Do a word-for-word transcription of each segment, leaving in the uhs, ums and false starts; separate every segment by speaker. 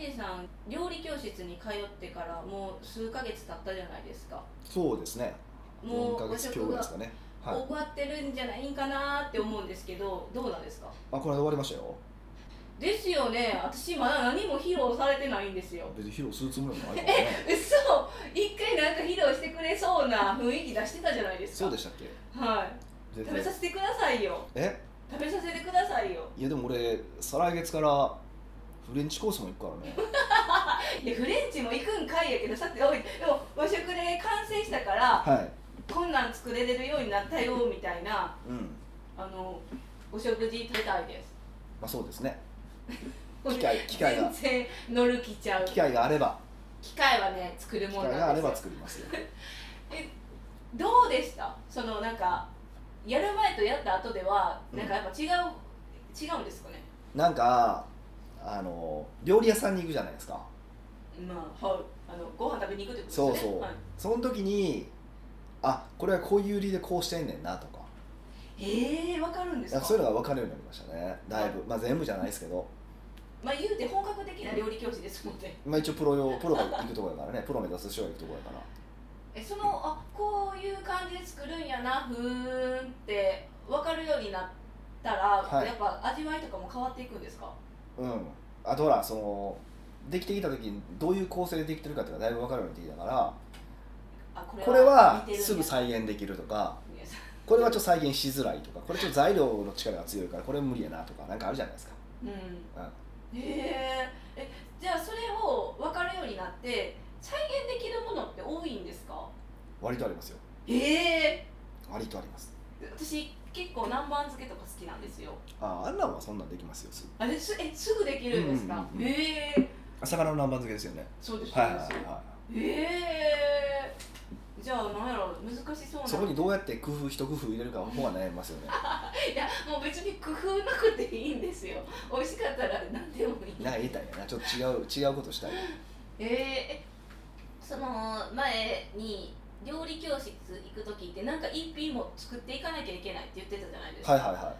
Speaker 1: ヒデさん料理教室に通ってからもう数ヶ月経ったじゃないですか。
Speaker 2: そうですね。
Speaker 1: もう
Speaker 2: よんかげつ強ぐらいですかね。はい。
Speaker 1: 終わってるんじゃないかなって思うんですけど、どうなんですか？
Speaker 2: あ、これ終わりましたよ。
Speaker 1: ですよね。私まだ何も披露されてないんですよ。
Speaker 2: 別に披露するつもりもないからね。
Speaker 1: え、嘘。一回なんか披露してくれそうな雰囲気出してたじゃないですか。
Speaker 2: そうでしたっけ？
Speaker 1: はい。食べさせてくださいよ。
Speaker 2: え？
Speaker 1: 食べさせてくださいよ。
Speaker 2: いやでも俺再来月からフレンチコースも行くからね。
Speaker 1: いやフレンチも行くんかいやけど、さておい、でも和食で完成したから、
Speaker 2: はい。
Speaker 1: こんなん作れれるようになったよみたいな、
Speaker 2: うん。
Speaker 1: あのお食事食べたいです。
Speaker 2: まあそうですね。機会機会が
Speaker 1: 全然乗る気ちゃう。
Speaker 2: 機会があれば
Speaker 1: 機会はね作る
Speaker 2: 機
Speaker 1: もんなんですよ。
Speaker 2: 会があれば作りますよ。
Speaker 1: え、どうでした？そのなんかやる前とやった後ではなんかやっぱ違う、違うんですかね。
Speaker 2: なんかあの料理屋さんに行くじゃないですか。
Speaker 1: まあはい、あのご飯食べに行くってこと
Speaker 2: そう
Speaker 1: ですね。
Speaker 2: そう。
Speaker 1: はい、
Speaker 2: その時にあこれはこういう理由でこうしてんねんなとか。
Speaker 1: ええー、わかるんですか？
Speaker 2: そういうのが分かるようになりましたね。だいぶ、まあ全部じゃないですけど。
Speaker 1: まあ言うて本格的な料理教師ですもんね。
Speaker 2: まあ一応プロ用プロが行くところだからね。プロ目指す人が行くところだから。
Speaker 1: え、そのあこういう感じで作るんやなふーんって分かるようになったら、はい、やっぱ味わいとかも変わっていくんですか？
Speaker 2: うん。あとほらそのできてきた時にどういう構成でできてるかっていうのがだいぶ分かるようになってきたから、
Speaker 1: あこれは、
Speaker 2: これはすぐ再現できるとか、これはちょっと再現しづらいとか、これちょっと材料の力が強いからこれ無理やなとかなんかあるじゃないですか。
Speaker 1: うん。
Speaker 2: うん、
Speaker 1: へえ。じゃあそれを分かるようになって再現できるものって多いんですか？
Speaker 2: 割とありますよ。
Speaker 1: へえ。
Speaker 2: 割とあります。
Speaker 1: 私結構南蛮漬けとか好きなんですよ。
Speaker 2: ああ、あんなんはそんなんできますよ。す
Speaker 1: ぐあれすえすぐできるんですか？
Speaker 2: うんうんうん、
Speaker 1: へえ。
Speaker 2: 魚の南蛮漬けですよね。
Speaker 1: そうです
Speaker 2: そう
Speaker 1: です。
Speaker 2: はいはいはい、
Speaker 1: へえ。じゃあ何やろう、難しそうな。
Speaker 2: そこにどうやって工夫一工夫入れるか方が悩みますよね。
Speaker 1: いやもう別に工夫なくていいんですよ。美味しかったら何でもいい。
Speaker 2: なんか言いたいやな、ちょっと違う違うことしたい。
Speaker 1: えー、その前に料理教室行く時ってなんか一品も作っていかなきゃいけないって言ってたじゃないですか。
Speaker 2: はいはいはい。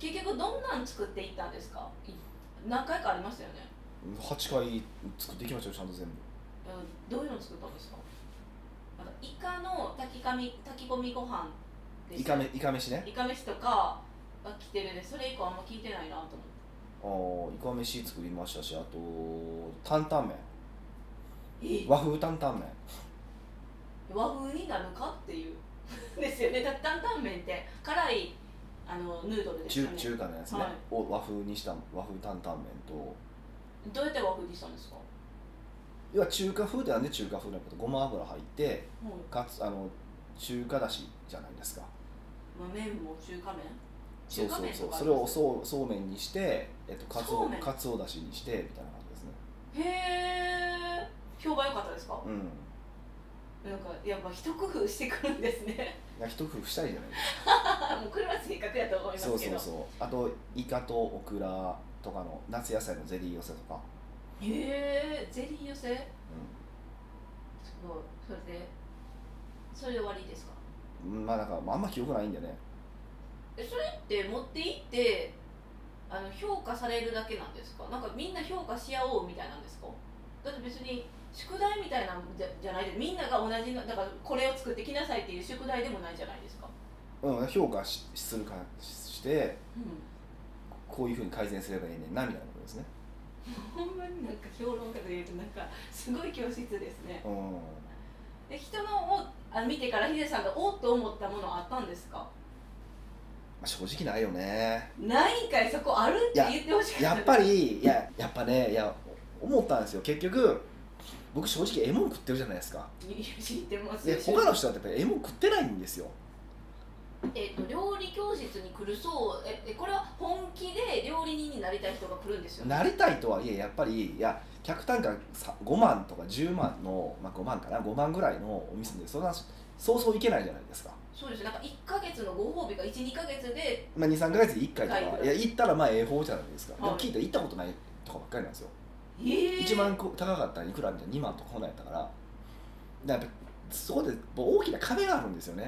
Speaker 1: 結局どんなん作っていったんですか？何回かありましたよね。
Speaker 2: はちかい作っていきましたよ、ちゃんと全部。
Speaker 1: どういうの作ったんですか？なんかイカの炊き込み炊き込みご飯
Speaker 2: イカめイカ飯ね。
Speaker 1: イカ飯とかが来てるね。それ以降あんま聞いてないなと思って。
Speaker 2: ああ、イカ飯作りましたし、あと担々麺。
Speaker 1: え
Speaker 2: 和風担々麺。
Speaker 1: 和風になるかっていうですよね。だって担々麺って辛いあのヌードルですよね。
Speaker 2: 中, 中華のやつね、はい、を和風にした和風担々麺と。
Speaker 1: どうやって和風にしたんですか？
Speaker 2: 要は中華風でなんで中華風なこと、ごま油入って、
Speaker 1: うん、
Speaker 2: かつあの中華だしじゃないですか。
Speaker 1: まあ、麺も中華麺。
Speaker 2: そうそうそう、それをそうそうめんにして、えっと、かつおかつおだしにしてみたいな感じですね。
Speaker 1: へえ。評判良かったですか？
Speaker 2: うん。
Speaker 1: なんかやっぱ一工夫してくるんですね。
Speaker 2: いや一工夫したいじゃないですか。
Speaker 1: もうこれは正確やと思いますけど。
Speaker 2: そうそうそう。あとイカとオクラとかの夏野菜のゼリー寄せとか。
Speaker 1: へえ、ゼリー寄せ。うん。すごい。それでそれで終わりですか？
Speaker 2: まあなんかあんま記憶ないんでね。
Speaker 1: え、それって持って行ってあの評価されるだけなんですか？なんかみんな評価し合おうみたいなんですか？だって別に宿題みたいなんじ ゃ, じゃないで、みんなが同じのだからこれを作ってきなさいっていう宿題でもないじゃないですか。
Speaker 2: うん、評価 し, するかして、
Speaker 1: うん、
Speaker 2: こういうふうに改善すればいいねんなみたいなことですね。
Speaker 1: ほんまになんか評論家で言うとなんかすごい教室ですね。うん、で人のをあ見てからヒデさんがおっと思ったものあったんですか？
Speaker 2: まあ、正直ないよね。
Speaker 1: ないんかい。そこあるって言ってほしかった。
Speaker 2: やっぱりいややっぱねいや思ったんですよ。結局僕正直えもん食ってるじゃないですか。
Speaker 1: 知ってますよ。
Speaker 2: で他の人はやっぱりえもん食ってないんですよ。
Speaker 1: えー、と料理教室に来るそうえこれは本気で料理人になりたい人が来るんですよね。
Speaker 2: なりたいとはいえやっぱりいや客単価ごまんとかじゅうまんの、まあ、ごまんかなごまんぐらいのお店でそんなそうそういけないじゃないですか。
Speaker 1: そうです。なんかいっかげつのご褒美がいち、にかげつで、
Speaker 2: まあ、に、さんかげつでいっかいとか、
Speaker 1: はい、
Speaker 2: いや行ったらまあええ方じゃないですか、
Speaker 1: はい、
Speaker 2: でも聞いたら行ったことないとかばっかりなんですよ。
Speaker 1: えー、
Speaker 2: いちまん高かったらいくらみたいなにまんとかこんなんやったから、だからやっぱそこで大きな壁があるんですよね。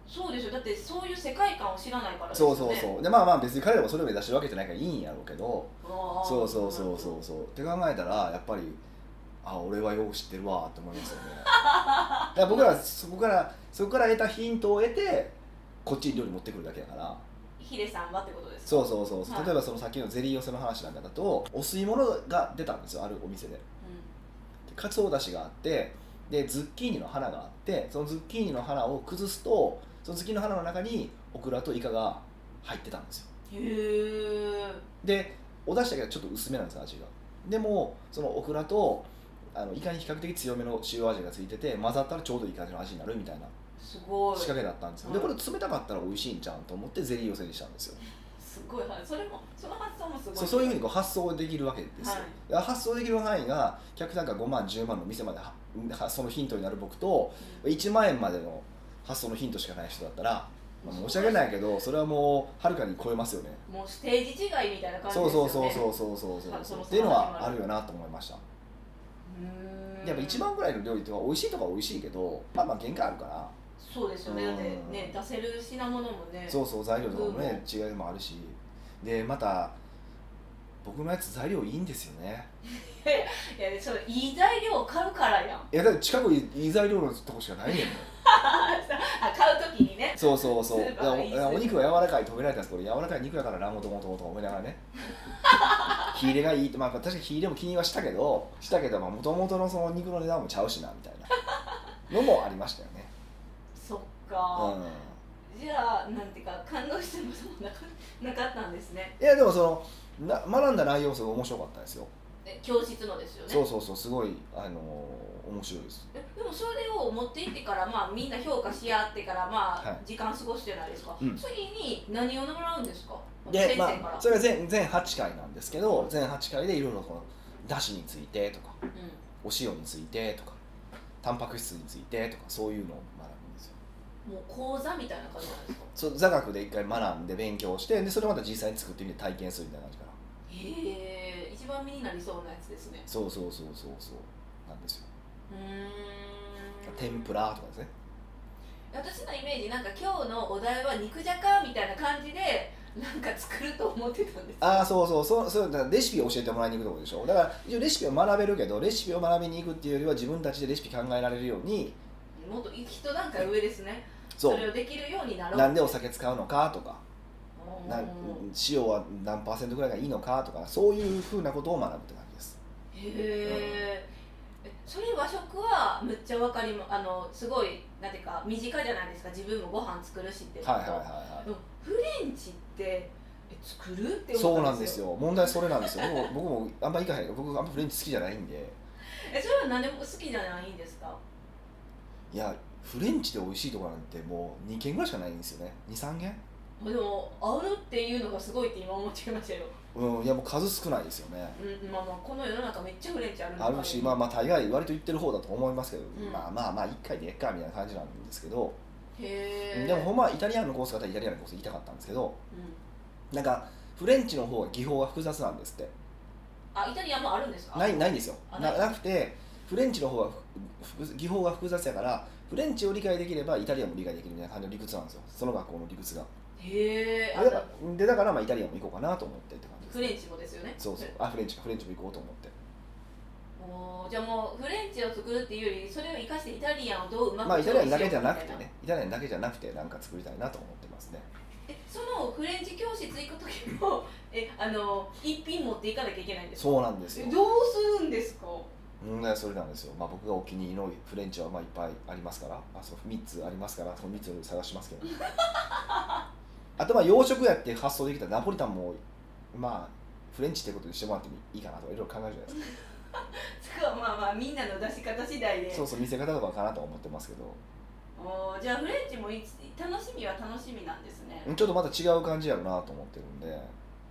Speaker 1: そうでしょ、だってそういう世界観を知らないからです
Speaker 2: そ
Speaker 1: よね。
Speaker 2: うそうそうでまあまあ別に彼らもそれを目指してるわけじゃないからいいんやろうけど
Speaker 1: あー
Speaker 2: そうそうそうそうそうって考えたらやっぱりあ俺はよく知ってるわって思いますよねだから僕らそこからそこから得たヒントを得てこっちに料理持ってくるだけだから
Speaker 1: ヒデさんはってことですか。
Speaker 2: そうそうそうそう、
Speaker 1: はい
Speaker 2: 例えばそのさっきのゼリー寄せの話なんかだとお吸い物が出たんですよあるお店ででかつおだしがあってでズッキーニの花があってそのズッキーニの花を崩すとそのズッキーニの花の中にオクラとイカが入ってたんですよ
Speaker 1: うん、へえ。
Speaker 2: でお出汁だけはちょっと薄めなんです味がでもそのオクラとあのイカに比較的強めの塩味がついてて混ざったらちょうどいい感じの味になるみたいな
Speaker 1: すごい。
Speaker 2: 仕掛けだったんですよ、
Speaker 1: はい
Speaker 2: でこれ冷たかったら美味しいんじゃんと思ってゼリー寄せにしたんですよ
Speaker 1: すごい、はい、それもその発想もすごい。
Speaker 2: そうそういうふうにこう発想できるわけですよ、
Speaker 1: はい
Speaker 2: だから発想できる範囲が客単価ごまんじゅうまんの店までははそのヒントになる僕と
Speaker 1: うん
Speaker 2: いちまんえんまでの発想のヒントしかない人だったら、まあ申し訳ないけどそれはもうはるかに超えますよね
Speaker 1: もうステージ違いみたいな感じ
Speaker 2: そう
Speaker 1: ですよね。
Speaker 2: そうそうそうそうそう
Speaker 1: はいその
Speaker 2: そうっていうのはあるよなと思いました
Speaker 1: うーん
Speaker 2: やっぱいちまんぐらいの料理って美味しいとか美味しいけどまあまあ限界あるから
Speaker 1: そうですよね、だって
Speaker 2: うん
Speaker 1: ね出せる品物もね。
Speaker 2: そうそう材料とかもね
Speaker 1: う
Speaker 2: 違いもあるしでまた僕のやつ材料いいんですよね
Speaker 1: いやそれいい材料を買うからやん。
Speaker 2: いやだって近くにいい材料のとこしかないねんもん
Speaker 1: あ買うときにね。
Speaker 2: そうそうそう
Speaker 1: スーパーがいい
Speaker 2: いやおお肉は柔らかい食べられたんですけど柔らかい肉だからなもともともと思いながらね火入れがいいってまあ確かに火入れも気にはしたけどしたけどもともとのその肉の値段もちゃうしなみたいなのもありましたよね
Speaker 1: そっか、
Speaker 2: う
Speaker 1: じゃあなんていうか感動してもそもなかなかったんですね。
Speaker 2: んいやでもそのな学んだ内容すごい面白かったですよ
Speaker 1: え教室のですよね。
Speaker 2: そうそうそうすごいあのー面白いです
Speaker 1: えでもそれを持っていってから、まあ、みんな評価し合ってから、まあ
Speaker 2: はい
Speaker 1: 時間過ごすじゃないですか、
Speaker 2: うん
Speaker 1: 次に何をもらうんですか
Speaker 2: でま
Speaker 1: 先生から、
Speaker 2: あそれは全全はちかいなんですけど全はちかいでいろいろこのだしについてとか
Speaker 1: うん
Speaker 2: お塩についてとかタンパク質についてとかそういうのを学ぶんですよ
Speaker 1: もう講座みたいな感じなんですか。
Speaker 2: そう座学で一回学んで勉強してでそれをまた実際に作ってみて体験するみたいな感じかな
Speaker 1: へえ一番身になりそうなやつですね。
Speaker 2: そうそうそうそうそうなんですよ
Speaker 1: うーん
Speaker 2: 天ぷらとかですね
Speaker 1: 私のイメージなんか今日のお題は肉じゃかみたいな感じでなんか作ると思ってたんです。
Speaker 2: ああそうそうそうそうだからレシピを教えてもらいに行くところでしょだから一応レシピを学べるけどレシピを学びに行くっていうよりは自分たちでレシピ考えられるように
Speaker 1: もっと一段階上ですね。
Speaker 2: そ
Speaker 1: そうれをできるようになろう。
Speaker 2: なんでお酒使うのかとか
Speaker 1: おー
Speaker 2: なん塩は何パーセントぐらいがいいのかとかそういうふうなことを学ぶって感じです
Speaker 1: へえ、えそれ和食はむっちゃわかりまあのすごいなんていうか身近じゃないですか。自分もご飯作るしっていう
Speaker 2: はいはいはいは
Speaker 1: でもフレンチってえ作るって
Speaker 2: いそうなん
Speaker 1: 思ったんですよ。
Speaker 2: ですよ問題それなんですよ僕も僕もあんま行かへん僕あんまフレンチ好きじゃないんで
Speaker 1: えそれは何でも好きじゃないんですか。
Speaker 2: いやフレンチで美味しいところなんてもうにけんぐらいしかないんですよねにさんけん
Speaker 1: でもあるっていうのがすごいって今思っちゃいましたよ。
Speaker 2: うんいやもう数少ないですよね
Speaker 1: うん、まあまあこの世の中めっちゃフレンチあるの
Speaker 2: あるしまあまあ大概割と言ってる方だと思いますけど、
Speaker 1: ん
Speaker 2: まあまあまあいっかいでええかみたいな感じなんですけど、
Speaker 1: へえ。
Speaker 2: でもほんまはイタリアンのコースだったらイタリアンのコース行きたかったんですけど
Speaker 1: うん、
Speaker 2: なんかフレンチの方が技法が複雑なんですって
Speaker 1: あイタリアンもあるんですか。
Speaker 2: ないないんですよ
Speaker 1: あない
Speaker 2: ななくてフレンチの方がふふ技法が複雑やからフレンチを理解できればイタリアンも理解できるみたいな感じの理屈なんですよその学校の理屈が
Speaker 1: へえ。あ
Speaker 2: でだからでだからまあイタリアンも行こうかなと思ってって感じです
Speaker 1: フレンチもですよね。
Speaker 2: そうそうあフレンチかフレンチも行こうと思って
Speaker 1: おーじゃあもうフレンチを作るっていうよりそれを生かしてイタリアンをどううまく
Speaker 2: まあイタリアンだけじゃなくて
Speaker 1: 調理しようみたい
Speaker 2: ねイタリアンだけじゃなくてなんか作りたいなと思ってますね
Speaker 1: えそのフレンチ教室行く時もえあの一品持っていかなきゃいけないんですか。
Speaker 2: そうなんですよ
Speaker 1: えどうするんですか。
Speaker 2: うんねそれなんですよ、まあ、僕がお気に入りのフレンチはまあいっぱいありますからあそうみっつありますからそのみっつを探しますけどあとまあ洋食やって発想できたらナポリタンもまあフレンチってことにしてもらってもいいかなとかいろいろ考えるじゃないですか
Speaker 1: そこはまあまあみんなの出し方次第で。
Speaker 2: そうそう見せ方とかかなとは思ってますけど
Speaker 1: おーじゃあフレンチもいつ楽しみは楽しみなんですね。
Speaker 2: ちょっとまた違う感じやろうなと思ってるんで
Speaker 1: うーん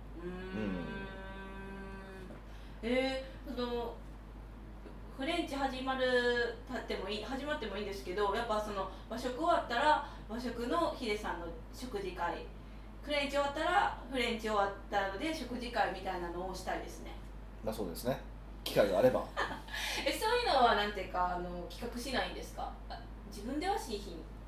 Speaker 1: えー、そのフレンチ始まるたってもいい始まってもいいんですけどやっぱその和食終わったら和食のヒデさんの食事会フレンチ終わったらフレンチ終わったので食事会みたいなのをしたいですね。
Speaker 2: まあそうですね機会があれば
Speaker 1: えそういうのはなんていうかあの企画しないんですか。あ自分ではしいひん。
Speaker 2: い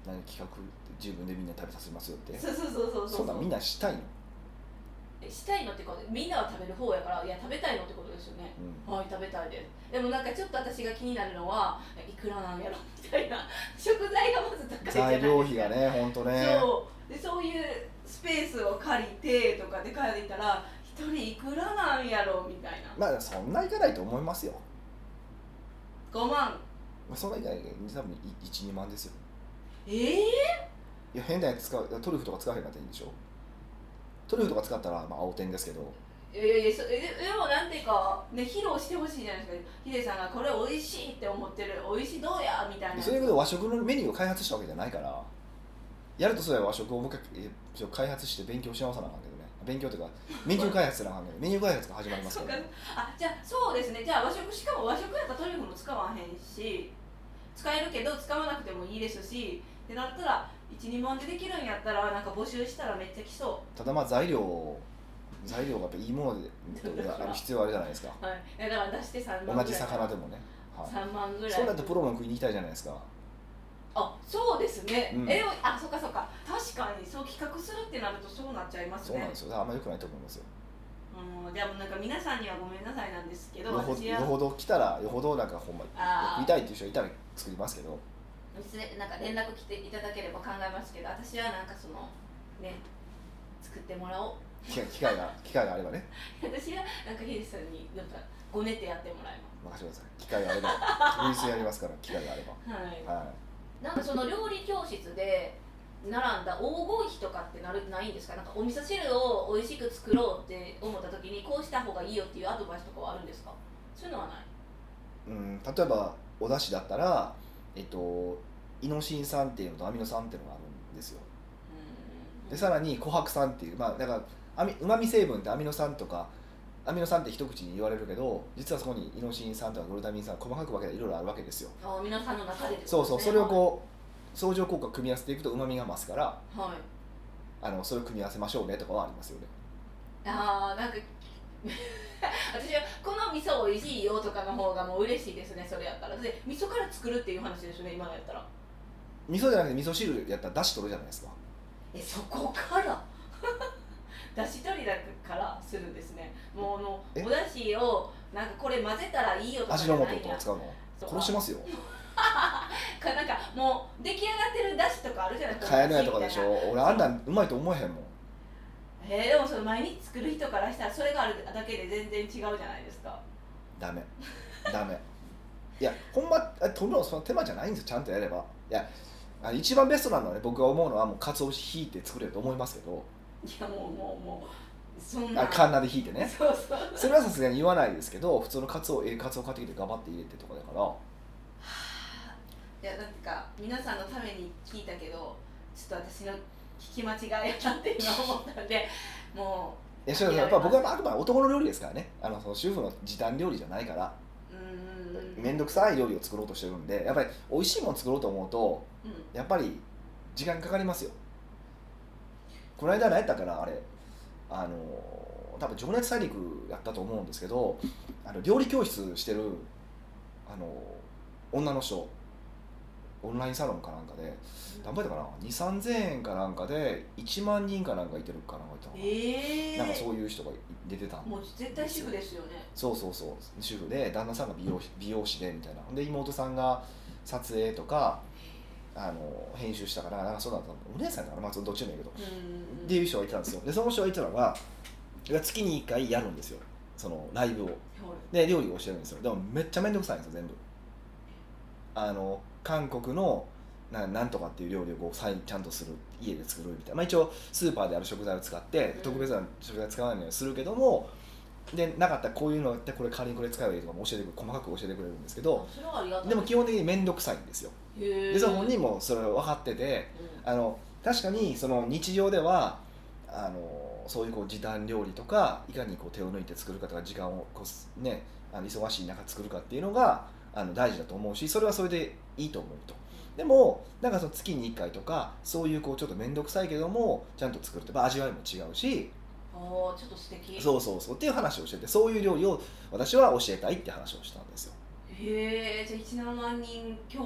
Speaker 2: 何企画って自分でみんな食べさせますよって。
Speaker 1: そうそうそうそう
Speaker 2: そんなんみんなしたいの？
Speaker 1: えしたいのっていうかみんなは食べる方やからいや食べたいのってことですよね、うん、はい食べたいです。でもなんかちょっと私が気になるのはいくらなんやろみたいな食材がまず高いじゃないですか。
Speaker 2: 材料費がねほんとね。
Speaker 1: そうでそういうスペースを借りてとかで借りたら一人いくらなんやろみたいな。
Speaker 2: まあそんないかないと思いますよ。
Speaker 1: ごまん。
Speaker 2: そんないかない多分いち、にまんですよ。
Speaker 1: ええー、
Speaker 2: いや変なやつ使うトリュフとか使わへんかったらいいんでしょ。トリュフとか使ったらまあ青天ですけど。
Speaker 1: いやいやそででもなんていうかね披露してほしいじゃないですか。ヒデさんがこれ美味しいって思ってる美味しいどうやみたいな。
Speaker 2: そういうことで和食のメニューを開発したわけじゃないからやるとすれば和食をもう一回開発して勉強し直さなあかんけどね。勉強というかメニュー開発せなあかんけどメニュー開発が始まりますから、ね、
Speaker 1: あじゃあそうですね。じゃあ和食しかも和食やったらトリュフも使わへんし使えるけど使わなくてもいいですしってなったらいち、にまんでできるんやったらなんか募集したらめっちゃ来そう。
Speaker 2: ただまあ材料材料がやっぱいいものである必要あるじゃないですか。
Speaker 1: はい、だから出してさんまんぐらい。
Speaker 2: 同じ魚でもね、
Speaker 1: はい、さんまんぐらい。
Speaker 2: そうなるとプロも食いに行きたいじゃないですか。
Speaker 1: あそうですね、うん、えあそっかそっか確かにそう企画するってなるとそうなっちゃいますね。
Speaker 2: そうなんですよ。だからあんまり良くないと思いますよ。
Speaker 1: うんじゃあもうなんか皆さんにはごめんなさいなんですけど
Speaker 2: よほどよほど来たらよほどなんかほんま食いたいっていう人がいたら作りますけど
Speaker 1: なんか連絡来ていただければ考えますけど私はなんかそのね作ってもらおう
Speaker 2: 機会が機会があればね
Speaker 1: 私はなんかヒデさんになんかごねてやってもらいます。
Speaker 2: 任せてください。機会があれば確実にやりますから機会があれば
Speaker 1: はい、
Speaker 2: はい、
Speaker 1: なんかその料理教室で並んだ黄金比とかってなるないんですか。なんかお味噌汁を美味しく作ろうって思った時にこうした方がいいよっていうアドバイスとかはあるんですか。そういうのはない。
Speaker 2: うん例えばお出汁だったらえっとイノシン酸っていうのとアミノ酸っていうのがあるんですよ。でさらに琥珀酸っていうまあだからうまみ成分ってアミノ酸とかアミノ酸って一口に言われるけど実はそこにイノシン酸とかグルタミン酸細かく分けていろいろあるわけですよ。
Speaker 1: あ皆さんの中で、ね、
Speaker 2: そうそうそれをこう相乗効果を組み合わせていくとうまみが増すから、
Speaker 1: はい、
Speaker 2: あのそれを組み合わせましょうねとかはありますよね。
Speaker 1: ああなんか私はこの味噌美味しいよとかの方がもう嬉しいですね。それやったらで味噌から作るっていう話ですね今のやったら。
Speaker 2: 味噌じゃなくて味噌汁やったら出汁取るじゃないですか。
Speaker 1: えそこから出汁取りだからするんですね。もうのお出汁をなんかこれ混ぜたらいいよとかじゃないや。
Speaker 2: 味の素とか使うの殺しますよ
Speaker 1: かなんかもう出来上がってる出汁とかあるじゃないですか。
Speaker 2: 茅野屋とかでしょ。俺あんなんうまいと思えへんもん。
Speaker 1: えー、でもその毎日作る人からしたらそれがあるだけで全然違うじゃないですか。
Speaker 2: ダメダメいやほんま取るのその手間じゃないんですよ。ちゃんとやれば。いやあ一番ベストなのはね僕が思うのはもう鰹節引いて作れると思いますけど。
Speaker 1: いやもうもうもうそんな
Speaker 2: あカンナで引いてね。
Speaker 1: そうそう
Speaker 2: それはさすがに言わないですけど普通のカツオええカツオ買ってきてガバッて入れてとかだから。は
Speaker 1: あ、いやなんか皆さんのために聞いたけどちょっと私の聞き間違いやなって今思ったんでもう
Speaker 2: いやそうやっぱ僕はあくまで男の料理ですからね。あのその主婦の時短料理じゃないから面倒くさい料理を作ろうとしてるんでやっぱり美味しいもの作ろうと思うと、うん、やっぱり時間かかりますよ。この間何やったかなあれあの多分情熱大陸やったと思うんですけどあの料理教室してるあの女の人オンラインサロンかなんかで何倍だかなにせんさんぜんえんかなんかでいちまんにんかなんかいてるかなんかいたかな、えー、なんかそういう人が出てたんですよ。
Speaker 1: もう絶対主婦ですよね。
Speaker 2: そうそうそう主婦で旦那さんが美容師、美容師でみたいなで妹さんが撮影とかあの編集したからなんかそうだったお姉さんだからまあどっちでもいいけどっていう人がいたんですよ。でその人が言ってたのが月にいっかいやるんですよそのライブをで料理を教えるんですよ。でもめっちゃめんどくさいんですよ全部。あの韓国の な, なんとかっていう料理をこうちゃんとする家で作るみたいな、まあ、一応スーパーである食材を使って特別な食材使わないようにするけどもでなかったらこういうのってこれ代わりにこれ使えばいいとかも教えてくれ細かく教えてくれるんですけどでも基本的に面倒くさいんですよ。でその本人もそれを分かってて、うん、あの確かにその日常ではあのそういうこう時短料理とかいかにこう手を抜いて作るかとか時間をこう、ね、あの忙しい中作るかっていうのがあの大事だと思うしそれはそれでいいと思うと。でもなんかその月にいっかいとかそういうこうちょっと面倒くさいけどもちゃんと作ると、まあ、味わいも違うし
Speaker 1: おちょっと素敵
Speaker 2: そうそうそうっていう話をしててそういう料理を私は教えたいって話をしたんですよ。
Speaker 1: へえじゃあいちまんにん強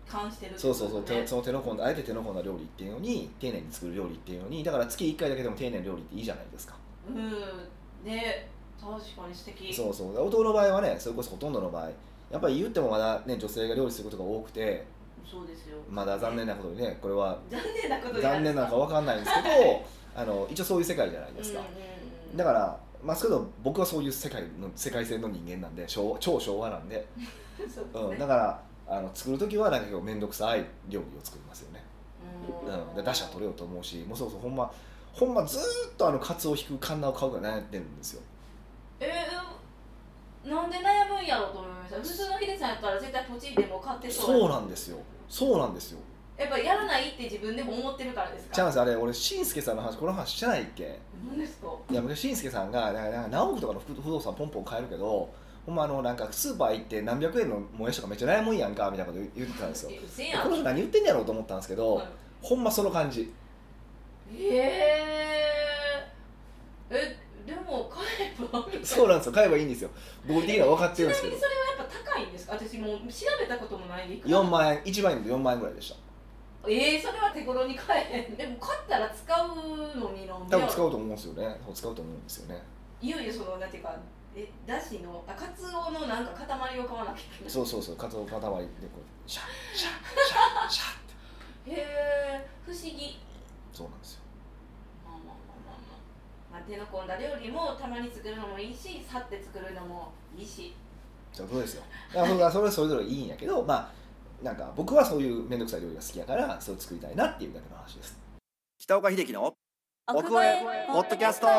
Speaker 1: 関してるって
Speaker 2: そうそうそう、
Speaker 1: ことね。
Speaker 2: 手その手の込んだあえて手の込んだ料理っていうのに丁寧に作る料理っていうのにだから月いっかいだけでも丁寧な料理っていいじゃないですか。
Speaker 1: うんね、確かに素敵。
Speaker 2: そうそう、男の場合はねそれこそほとんどの場合やっぱり言ってもまだね女性が料理することが多くて
Speaker 1: そうですよ。
Speaker 2: まだ残念なことにねこれは
Speaker 1: 残念なことに
Speaker 2: 残念なのか分かんないんですけどあの一応そういう世界じゃないですか、
Speaker 1: うんうんうん、
Speaker 2: だからまあそれと僕はそういう世界の世界線の人間なんで超超昭和なんで
Speaker 1: そうですね、
Speaker 2: うん、だからあの作る時はなんか結構面倒くさい料理を作りますよね。
Speaker 1: うん
Speaker 2: うん、で出汁は取れようと思うしもうそうそうほんまほんまずーっとあのカツを引くカンナを買うから悩んでるんですよ。
Speaker 1: えー、なんで悩むんやろうと思いました。普通のヒデさんやったら絶対ポチでも買ってそう。
Speaker 2: そうなんですよそうなんですよ。
Speaker 1: やっぱやらないって自分でも思ってるからですか。
Speaker 2: チャンスあれ俺しんすけさんの話この話してないっけ。
Speaker 1: 何ですか。
Speaker 2: いや昔しんすけさんがなんかなんか何億とかの不不動産ポンポン買えるけどほんまあのなんかスーパー行って何百円のもやしとかめっちゃ悩むんやんかみたいなこと言ってたんですよ。
Speaker 1: えうせやん。
Speaker 2: この人何言ってんやろうと思ったんですけど、
Speaker 1: はい、
Speaker 2: ほんまその感じ。
Speaker 1: えー、えでも買えば
Speaker 2: そうなんですよ買えばいいんですよ。合理的には分かってるんですけど。
Speaker 1: ちなみにそれはやっぱ高いんですか。私もう調べたこともないんで
Speaker 2: よんまんえんいちまんえんでよんまんえんぐらいでした。
Speaker 1: えー、それは手頃に買えへん。でも買ったら使うのになんで
Speaker 2: 多分使うと思うんですよね。多分使うと思うんですよね。
Speaker 1: いよいよそのなんていうかえだしのあカツオのなんか塊を買わなきゃいけない。
Speaker 2: そうそうそうカツオの塊でこうシャッシャッシャッシャッって
Speaker 1: へえ不思議。
Speaker 2: そうなんですよ。
Speaker 1: まあまあまあまあまあ、まあ、手の込んだ料理もたまに作るのもいいしさって作るのもいいし。
Speaker 2: そうそうですよ。だからそれはそれはそれぞれいいんやけどまあなんか僕はそういう面倒くさい料理が好きやからそれを作りたいなっていうだけの話です。北岡秀樹の奥越えポッドキャスト。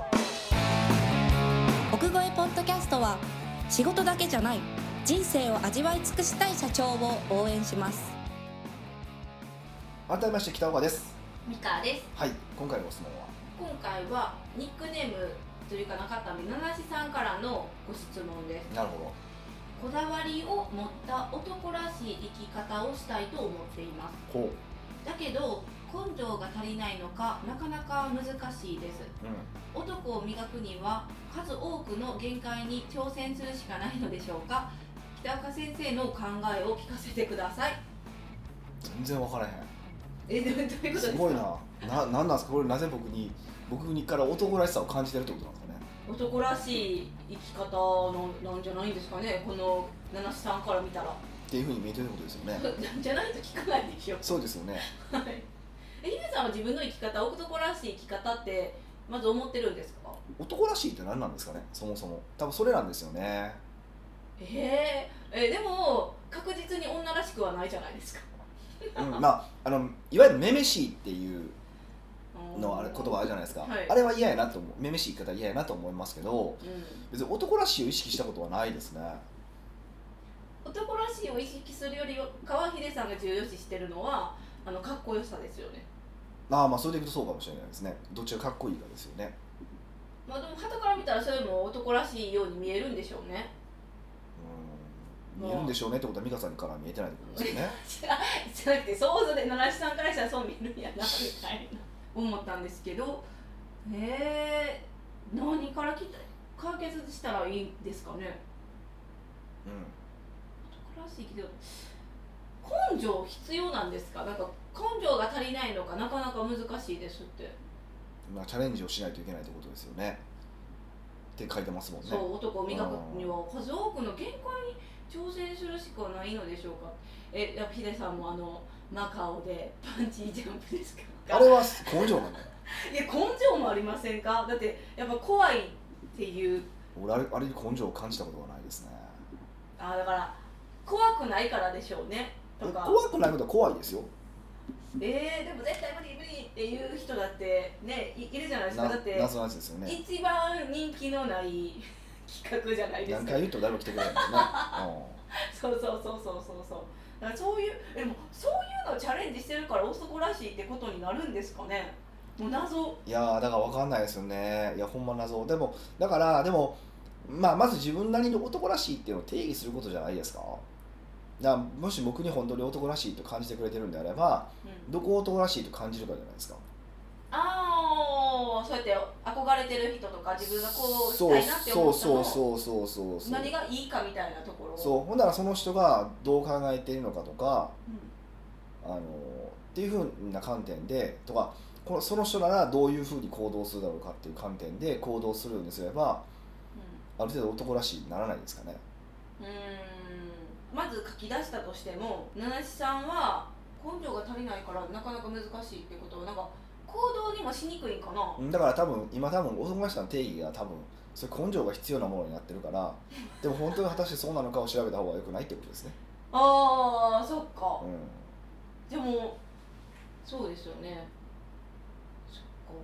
Speaker 3: 奥越えポッドキャストは仕事だけじゃない人生を味わい尽くしたい社長を応援します。
Speaker 2: 改めまして北岡です。
Speaker 1: ミカです。
Speaker 2: はい今回のご質問は
Speaker 1: 今回はニックネームというか中田美七さんからのご質問です。
Speaker 2: なるほど。
Speaker 1: こだわりを持った男らしい生き方をしたいと思っています。
Speaker 2: ほう。
Speaker 1: だけど根性が足りないのかなかなか難しいです。
Speaker 2: うん、
Speaker 1: 男を磨くには数多くの限界に挑戦するしかないのでしょうか。北岡先生の考えを聞かせてください。
Speaker 2: 全然分からへん。
Speaker 1: えどういうことですか。
Speaker 2: すごいな。ななんなんですかこれ。なぜ僕に僕にから男らしさを感じてるってことなんですかね。
Speaker 1: 男らしい生き方のなんじゃないんですかね、この七七さんから見たら。
Speaker 2: っていうふうに見えてることですよね。
Speaker 1: じゃないと聞かないでしょ。
Speaker 2: そうですよね。
Speaker 1: はい。え、ヒデさんは自分の生き方、男らしい生き方ってまず思ってるんですか。
Speaker 2: 男らしいって何なんですかね。そもそも多分それなんですよね。
Speaker 1: えー、えでも確実に女らしくはないじゃないですか。
Speaker 2: うん、まああのいわゆるめめしいっていうのあれ言葉あるじゃないですか、
Speaker 1: はい、
Speaker 2: あれは嫌やなと思う。めめしい言い方嫌やなと思いますけど、
Speaker 1: うん、
Speaker 2: 別に男らしいを意識したことはないですね。
Speaker 1: 男らしいを意識するより川秀さんが重要視してるのはあのかっこよさですよね。
Speaker 2: ああまあそれでいくとそうかもしれないですね。どっちがかっこいいかですよね。
Speaker 1: まあでも傍から見たらそれも男らしいように見えるんでしょうね。
Speaker 2: うん見えるんでしょうねってことは美香さんから見えてないってことですよね。
Speaker 1: じゃなくて想像で七七さんからしたらそう見えるんやなみたいな思ったんですけど、えー、何からきた解決したらいいんですかね。
Speaker 2: うん
Speaker 1: 男らしいけど根性必要なんですか。なんか根性が足りないのかなかなか難しいですって。
Speaker 2: まあチャレンジをしないといけないってことですよねって書いてますもんね。
Speaker 1: そう男を磨くには数多くの限界に挑戦するしかないのでしょうか。えやっぱヒデさんもあのマカオでパンチージャンプですか。
Speaker 2: あれは根性なんだよ。
Speaker 1: いや根性もありませんか。だってやっぱ怖いっていう
Speaker 2: 俺あれあれに根性を感じたことがないですね。
Speaker 1: あだから怖くないからでしょうねとか。
Speaker 2: 怖くないことは怖いですよ。
Speaker 1: えー、でも絶対無理無理っていう人だってね い, いるじゃないですか。だって
Speaker 2: 謎のやつですよね。
Speaker 1: 一番人気のない企画じゃないですか。
Speaker 2: 何回言っても誰も来てくれないもんね。
Speaker 1: そうそうそうそうそうそうだからそういうでもそういうのをチャレンジしてるから男らしいってことになるんですかね。もう謎。
Speaker 2: いやーだから分かんないですよね。いやほんま謎。でもだからでもまあまず自分なりの男らしいっていうのを定義することじゃないですか。だからもし僕に本当に男らしいと感じてくれてるんであれば、うん、どこを男らしいと感じるかじゃないですか。
Speaker 1: あああそうやって憧れてる人とか自分がこうしたいなって思ったのを
Speaker 2: そうそうそうそうそう
Speaker 1: 何がいいかみたいなところを
Speaker 2: そうほんならその人がどう考えているのかとか、
Speaker 1: うん、
Speaker 2: あのっていうふうな観点でとかこのその人ならどういうふうに行動するだろうかっていう観点で行動するようにすれば、うん、ある程度男らしいにならないですかね。
Speaker 1: うーんまず書き出したとしても七七さんは根性が足りないからなかなか難しいってことはなんか行動にもしにくいんかな。
Speaker 2: だから多分今多分男らしさの定義が多分それ根性が必要なものになってるからでも本当に果たしてそうなのかを調べた方がよくないってことですね。
Speaker 1: ああそっか、
Speaker 2: うん、
Speaker 1: でもそうですよね。そ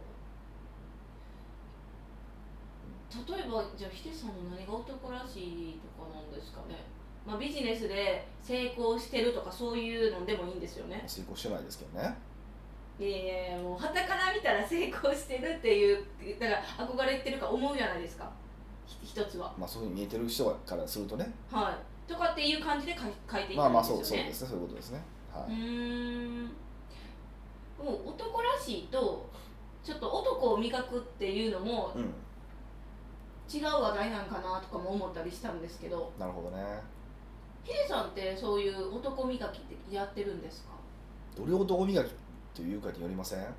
Speaker 1: っか例えばじゃあヒデさんの何が男らしいとかなんですかね。まあ、ビジネスで成功してるとかそういうのでもいいんですよね。
Speaker 2: 成功してないですけどね。
Speaker 1: いやいやいやもう傍から見たら成功してるっていうだから憧れてるか思うじゃないですか一つは。
Speaker 2: まあそういうふうに見えてる人からするとね。
Speaker 1: はいとかっていう感じで書いていったらいいんですよね。
Speaker 2: まあまあそうそうですねそういうことですね。はい、
Speaker 1: うーんもう男らしいとちょっと男を磨くっていうのも違う話題なんかなとかも思ったりしたんですけど、
Speaker 2: うん、なるほどね。
Speaker 1: ヒデさんってそういう男磨きってやってるんですか。
Speaker 2: どれを男磨きというかによりません？へ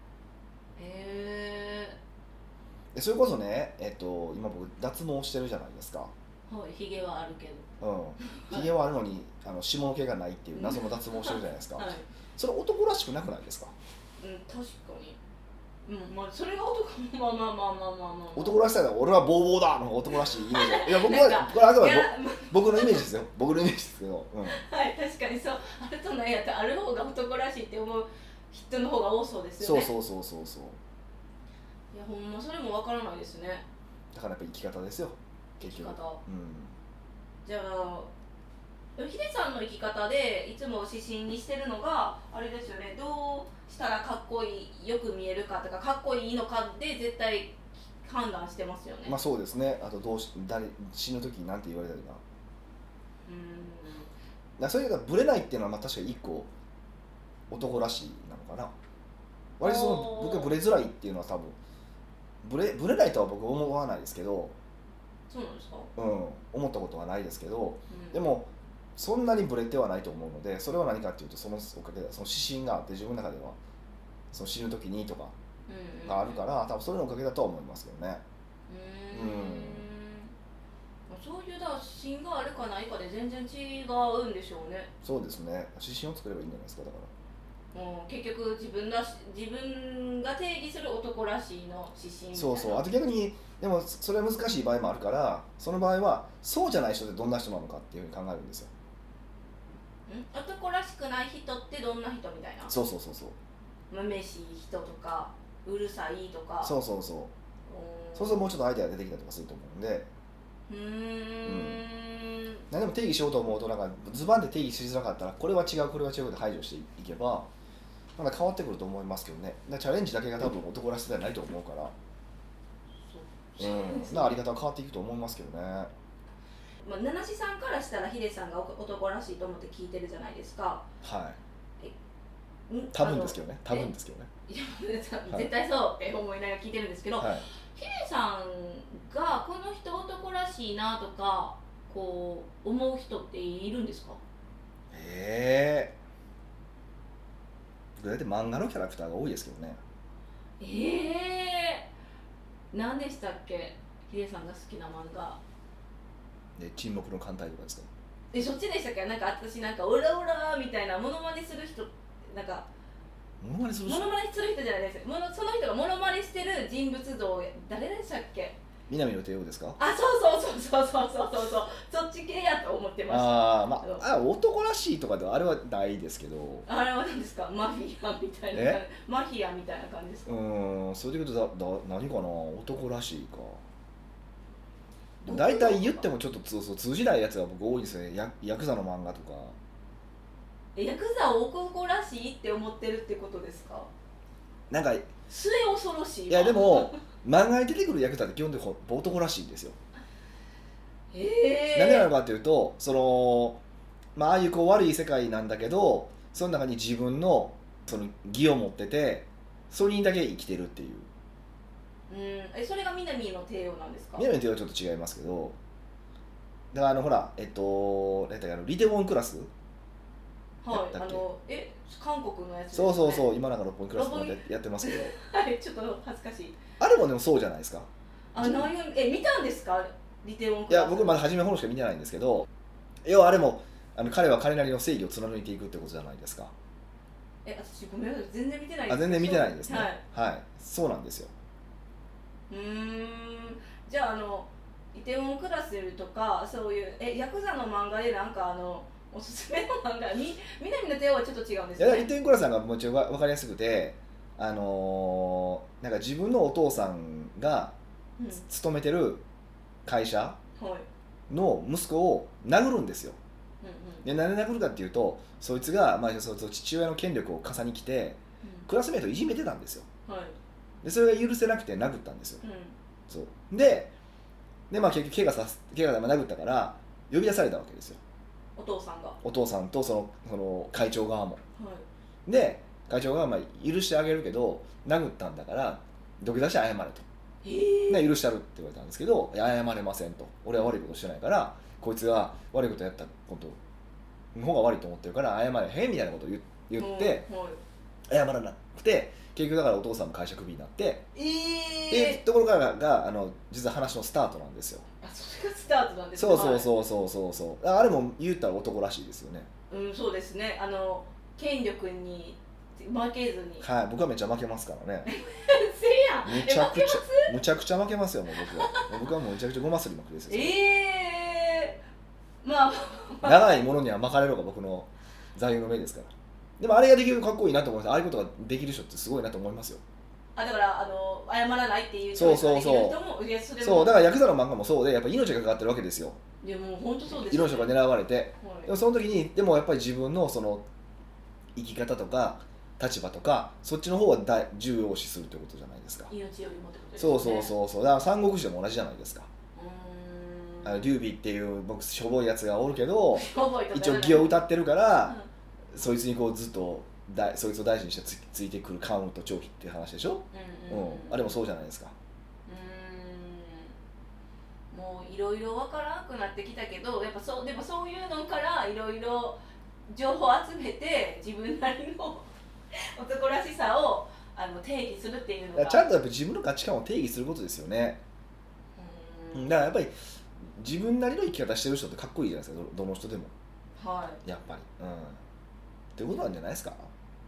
Speaker 1: え
Speaker 2: ー、それこそね、えっと、今僕脱毛してるじゃないですか。
Speaker 1: はいひげはあるけど
Speaker 2: うんひげはあるのにあの下の毛がないっていう謎の脱毛してるじゃないですか、
Speaker 1: はい、
Speaker 2: それ男らしくなくないですか？
Speaker 1: うん確かにうんまあそれが男まあまあまあまあまあまあ、まあ、
Speaker 2: 男らしさだ俺はボーボーだの男らしいイメージいや僕はこれあくまで僕のイメージですよ僕のイメージですけど、うん、
Speaker 1: はい確かにそうあるとないやったらある方が男らしいって思う人の方が多そうですよね。
Speaker 2: そうそうそうそうそう
Speaker 1: いやほんまそれもわからないですね。
Speaker 2: だからやっぱ生き方ですよ結局。
Speaker 1: 生き方、
Speaker 2: うん、
Speaker 1: じゃあヒデさんの生き方でいつも指針にしてるのがあれですよね。どうしたらかっこいいよく見えるかとかかっこいいのかで絶対判断してますよね。
Speaker 2: まあそうですね。あとどうし誰死ぬ時に何て言われたりな。
Speaker 1: うん
Speaker 2: だそういうのがブレないっていうのはまあ確かに一個男らしいなのかな。割とその僕はブレづらいっていうのは多分ブレブレないとは僕は思わないですけど、
Speaker 1: そうなんですか。
Speaker 2: うん思ったことはないですけど、
Speaker 1: うん、
Speaker 2: でもそんなにブレてはないと思うので、それは何かっていうとそのおかげでその指針があって自分の中ではその死ぬ時にとかがあるから、多分それのおかげだとは思いますけどね。
Speaker 1: うーん、うん、そういうだ指針があるかないかで全然違うんでしょうね。
Speaker 2: そうですね。指針を作ればいいんじゃないですか。だから
Speaker 1: もう結局自分らし自分が定義する男らしいの指針みたいな。
Speaker 2: そうそう。あと逆にでもそれは難しい場合もあるから、その場合はそうじゃない人ってどんな人なのかっていうふうに考えるんですよ。
Speaker 1: ん男らしくない人ってどんな人みたいな。
Speaker 2: そうそうそうそう。
Speaker 1: まめしい人とかうるさいとか。
Speaker 2: そうそうそう。そうするともうちょっとアイデアが出てきたりとかすると思うんで。
Speaker 1: うーん、うん、
Speaker 2: 何でも定義しようと思うとなんかズバンで定義しづらかったらこれは違うこれは違うって排除していけばまだ変わってくると思いますけどね。だチャレンジだけが多分男らしさではないと思うから、
Speaker 1: そう、
Speaker 2: うん、なあり方は変わっていくと思いますけどね。
Speaker 1: まあ、七七さんからしたらヒデさんが男らしいと思って聞いてるじゃないですか。
Speaker 2: はいん多分ですけどね多分ですけどね
Speaker 1: いや絶対そうって思いながら聞いてるんですけど、
Speaker 2: はい、
Speaker 1: ヒデさんがこの人男らしいなとかこう思う人っているんですか？
Speaker 2: ええー、大体漫画のキャラクターが多いですけどね。
Speaker 1: ええー、何でしたっけヒデさんが好きな漫画
Speaker 2: で沈黙の艦隊とかですか？
Speaker 1: えそっちでしたっけ？なんか私なんかオラオラみたいなモノマネする人なんか
Speaker 2: モノマネする人
Speaker 1: モノマネする人じゃないです。モノその人がモノマネしてる人物像誰でしたっけ？
Speaker 2: 南野帝王ですか？
Speaker 1: あ、そうそうそうそうそうそうそうそっち系やと思ってました。
Speaker 2: ああまああ男らしいとかではあれはないですけど。
Speaker 1: あれは何ですか？マフィアみたいなマフィアみたいな感じですか？
Speaker 2: うーんそれでいうとだだ何かな男らしいか。でも大体言ってもちょっと通通じないやつが僕多いですね。ヤヤクザの漫画とか。
Speaker 1: えヤクザを男らしいって思ってるってことですか？
Speaker 2: なんか
Speaker 1: 末恐ろしい。
Speaker 2: いやでも漫画に出てくるヤクザって基本的に男らしいんですよ。
Speaker 1: えー、
Speaker 2: なんでなのかっていうとその、まあ、ああいうこう悪い世界なんだけどその中に自分のその義を持っててそれにだけ生きてるっていう。
Speaker 1: うんえそれが南の帝王なんですか？
Speaker 2: 南の帝王はちょっと違いますけど、だからあのほらえっと何だっけあのリテウォンクラス
Speaker 1: はいあのえ韓国のやつです
Speaker 2: ね。
Speaker 1: ね。
Speaker 2: そうそうそう今なんか六本木クラスまでやってますけど
Speaker 1: はいちょっと恥ずかしい。
Speaker 2: あれもでもそうじゃないですか。
Speaker 1: あ内容え見たんですかリテウォンクラス？
Speaker 2: いや僕まだ初めの方しか見てないんですけど、要はあれもあの彼は彼なりの正義を貫いていくってことじゃないですか。
Speaker 1: え私ごめんなさい全然見てないです。
Speaker 2: あ全然見てないんですね。
Speaker 1: はい、
Speaker 2: はい、そうなんですよ。
Speaker 1: うーんじゃああのイテウォンクラスとかそういうえヤクザの漫画でなんかあのおすすめの漫画み南の帝王はちょっと違うんです
Speaker 2: いやリ
Speaker 1: ね。
Speaker 2: テウォンクラスさんがもうちょいわ分かりやすくて、あのー、なんか自分のお父さんが
Speaker 1: うん
Speaker 2: 勤めてる会社
Speaker 1: はい
Speaker 2: の息子を殴るんですよ。
Speaker 1: うんうん
Speaker 2: でなんで殴るかっていうと、そいつが、まあ、そいつの父親の権力を重に来てクラスメートをいじめてたんですよ。
Speaker 1: うんはい
Speaker 2: でそれが許せなくて殴ったんですよ。
Speaker 1: うん
Speaker 2: そうでで、まあ、結局怪我さす怪我で殴ったから呼び出されたわけですよ、
Speaker 1: お父さんがは
Speaker 2: お父さんとそのその会長側も。
Speaker 1: い
Speaker 2: で会長側はまあ許してあげるけど殴ったんだから土下座して謝れと。
Speaker 1: へえ
Speaker 2: で許してあるって言われたんですけど、いや謝れませんと、俺は悪いことしてないからこいつが悪いことやったことの方が悪いと思ってるから謝れへんみたいなことを言言って謝らなくて、結局だからお父さんも会社クビになって
Speaker 1: え
Speaker 2: って
Speaker 1: え
Speaker 2: いうところからがあの実は話のスタートなんですよ。
Speaker 1: あそれがスタートなんですね。
Speaker 2: そうそうそうそうそうそう、あれも言ったら男らしいですよね。
Speaker 1: はいうんそうですねあの権力に負けずに
Speaker 2: はい、僕はめっちゃ負けますからね。
Speaker 1: せやん
Speaker 2: むちゃくちゃむちゃくちゃ負けますよもう僕は。僕はもうめちゃくちゃごますりまくりですよ。
Speaker 1: ええー、まあ
Speaker 2: 長いものには巻かれるのが僕の座右の銘ですから。でもあれができるかっこいいなと思います。ああいうことができる人ってすごいなと思いますよ。
Speaker 1: あだからあの謝らないっていう
Speaker 2: そうそうそう
Speaker 1: チョイスができる人もいやそれも
Speaker 2: そうだからヤクザの漫画もそうでやっぱ命がかかってるわけですよ。
Speaker 1: いやもう本当そうです
Speaker 2: 命が狙われて、
Speaker 1: はい
Speaker 2: でもその時にでもやっぱり自分のその生き方とか立場とかそっちの方は大重要視するということじゃないですか。
Speaker 1: 命よりもってことですね。
Speaker 2: そうそうそうそう、だから三国志でも同じじゃないですか。
Speaker 1: うーん
Speaker 2: あの劉備っていう僕しょぼいやつがおるけど
Speaker 1: 覚えとか
Speaker 2: 一応義を歌ってるから、
Speaker 1: う
Speaker 2: そいつにこうずっとだそいつを大事にして つ, ついてくる関羽と張飛っていう話でしょ、
Speaker 1: んうん
Speaker 2: うんあれもそうじゃないですか。
Speaker 1: うーんもういろいろわからなくなってきたけどやっぱそうでもそういうのからいろいろ情報を集めて自分なりの男らしさをあの定義するっていうのが
Speaker 2: だからちゃんとやっぱ自分の価値観を定義することですよね。
Speaker 1: うーん
Speaker 2: だからやっぱり自分なりの生き方してる人ってかっこいいじゃないですか、ど, どの人でも
Speaker 1: はい
Speaker 2: やっぱり、うん、っていうことなんじゃないですか、うん、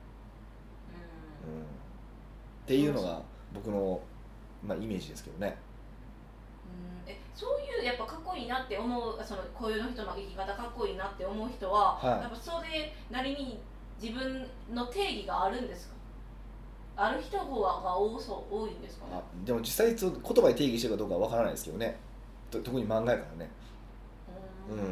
Speaker 2: っていうのが僕の、まあ、イメージですけどね。
Speaker 1: うんえそういうやっぱかっこいいなって思うそのこういうの人の生き方かっこいいなって思う人は、
Speaker 2: はい
Speaker 1: やっぱそれなりに自分の定義があるんですか？ある人が多そう多いんですかね？
Speaker 2: あでも実際言葉で定義してるかどうかは分からないですけどね、と特に漫画やからね。
Speaker 1: うーん
Speaker 2: うん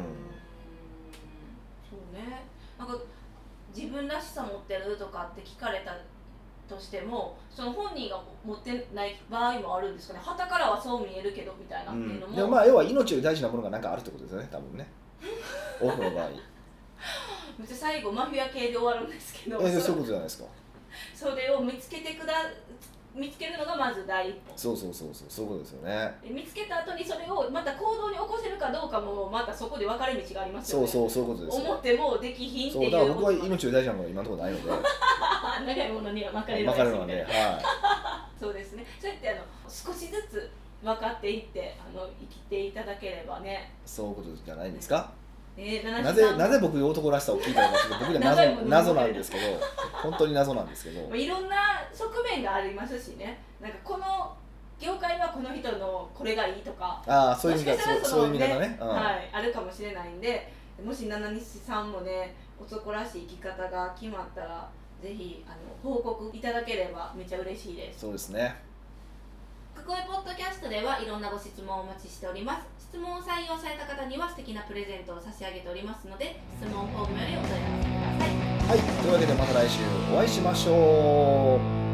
Speaker 1: そうねなんか自分らしさ持ってるとかって聞かれたとしてもその本人が持ってない場合もあるんですかね。傍からはそう見えるけどみたいなっていうのも、
Speaker 2: うん、でもまあ要は命より大事なものが何かあるってことですよね多分ね多くの場合
Speaker 1: めっちゃ最後マフィア系で終わるんですけど
Speaker 2: えそういうことじゃないですか。
Speaker 1: それを見つけてくだ見つけるのがまず第一歩
Speaker 2: そうそうそうそうそういうことですよね。
Speaker 1: で見つけた後にそれをまた行動に起こせるかどうかもまたそこで分かれ道がありますよね。
Speaker 2: そうそうそういうことですよ。
Speaker 1: 思ってもできひんっていう
Speaker 2: そうだから僕は
Speaker 1: こと
Speaker 2: 命より大事なものが今のところないので
Speaker 1: 長いものには巻かれる
Speaker 2: 分かるので、は
Speaker 1: そうですね。そうやってあの少しずつ分かっていってあの生きていただければね。
Speaker 2: い、そういうことじゃないんですか。
Speaker 1: えー、
Speaker 2: なぜなぜ僕男らしさを聞いたのかちょっと僕には
Speaker 1: 長いもの
Speaker 2: 謎謎なんですけど本当に謎なんですけど
Speaker 1: まあいろんな側面がありますしね。なんかこの業界はこの人のこれがいいとか、
Speaker 2: ああそういう意味
Speaker 1: もしかしたら
Speaker 2: だそうそういう意味だね、うん
Speaker 1: はい、あるかもしれないんで、もし七西さんもね男らしい生き方が決まったらぜひあの報告いただければめっちゃ嬉しいです。
Speaker 2: そうですね。
Speaker 1: かこえポッドキャストではいろんなご質問をお待ちしております。質問を採用された方には素敵なプレゼントを差し上げておりますので質問フォームよりお問い合わせください。
Speaker 2: はい、というわけでまた来週お会いしましょう。